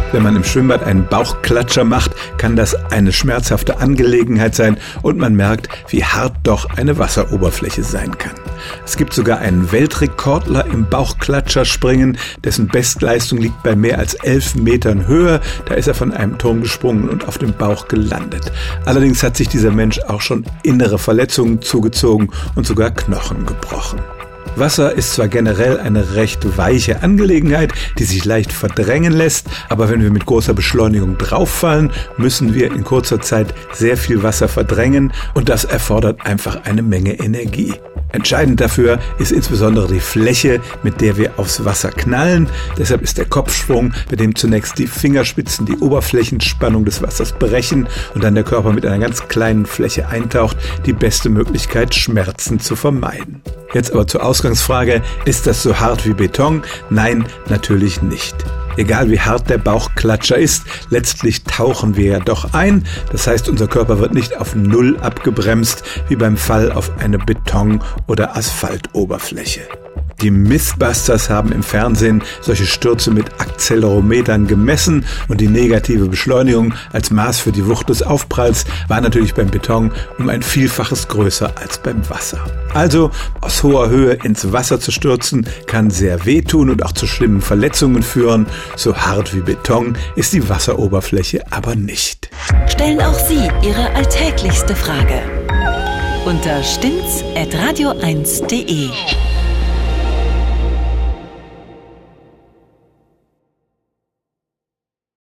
Wenn man im Schwimmbad einen Bauchklatscher macht, kann das eine schmerzhafte Angelegenheit sein und man merkt, wie hart doch eine Wasseroberfläche sein kann. Es gibt sogar einen Weltrekordler im Bauchklatscherspringen, dessen Bestleistung liegt bei mehr als 11 Metern Höhe. Da ist er von einem Turm gesprungen und auf dem Bauch gelandet. Allerdings hat sich dieser Mensch auch schon innere Verletzungen zugezogen und sogar Knochen gebrochen. Wasser ist zwar generell eine recht weiche Angelegenheit, die sich leicht verdrängen lässt, aber wenn wir mit großer Beschleunigung drauffallen, müssen wir in kurzer Zeit sehr viel Wasser verdrängen und das erfordert einfach eine Menge Energie. Entscheidend dafür ist insbesondere die Fläche, mit der wir aufs Wasser knallen. Deshalb ist der Kopfsprung, bei dem zunächst die Fingerspitzen die Oberflächenspannung des Wassers brechen und dann der Körper mit einer ganz kleinen Fläche eintaucht, die beste Möglichkeit, Schmerzen zu vermeiden. Jetzt aber zur Ausgangsfrage, ist das so hart wie Beton? Nein, natürlich nicht. Egal wie hart der Bauchklatscher ist, letztlich tauchen wir ja doch ein. Das heißt, unser Körper wird nicht auf Null abgebremst, wie beim Fall auf eine Beton- oder Asphaltoberfläche. Die Mythbusters haben im Fernsehen solche Stürze mit Akzelerometern gemessen und die negative Beschleunigung als Maß für die Wucht des Aufpralls war natürlich beim Beton um ein Vielfaches größer als beim Wasser. Also aus hoher Höhe ins Wasser zu stürzen kann sehr wehtun und auch zu schlimmen Verletzungen führen. So hart wie Beton ist die Wasseroberfläche aber nicht. Stellen auch Sie Ihre alltäglichste Frage unter stimmt's@radio1.de.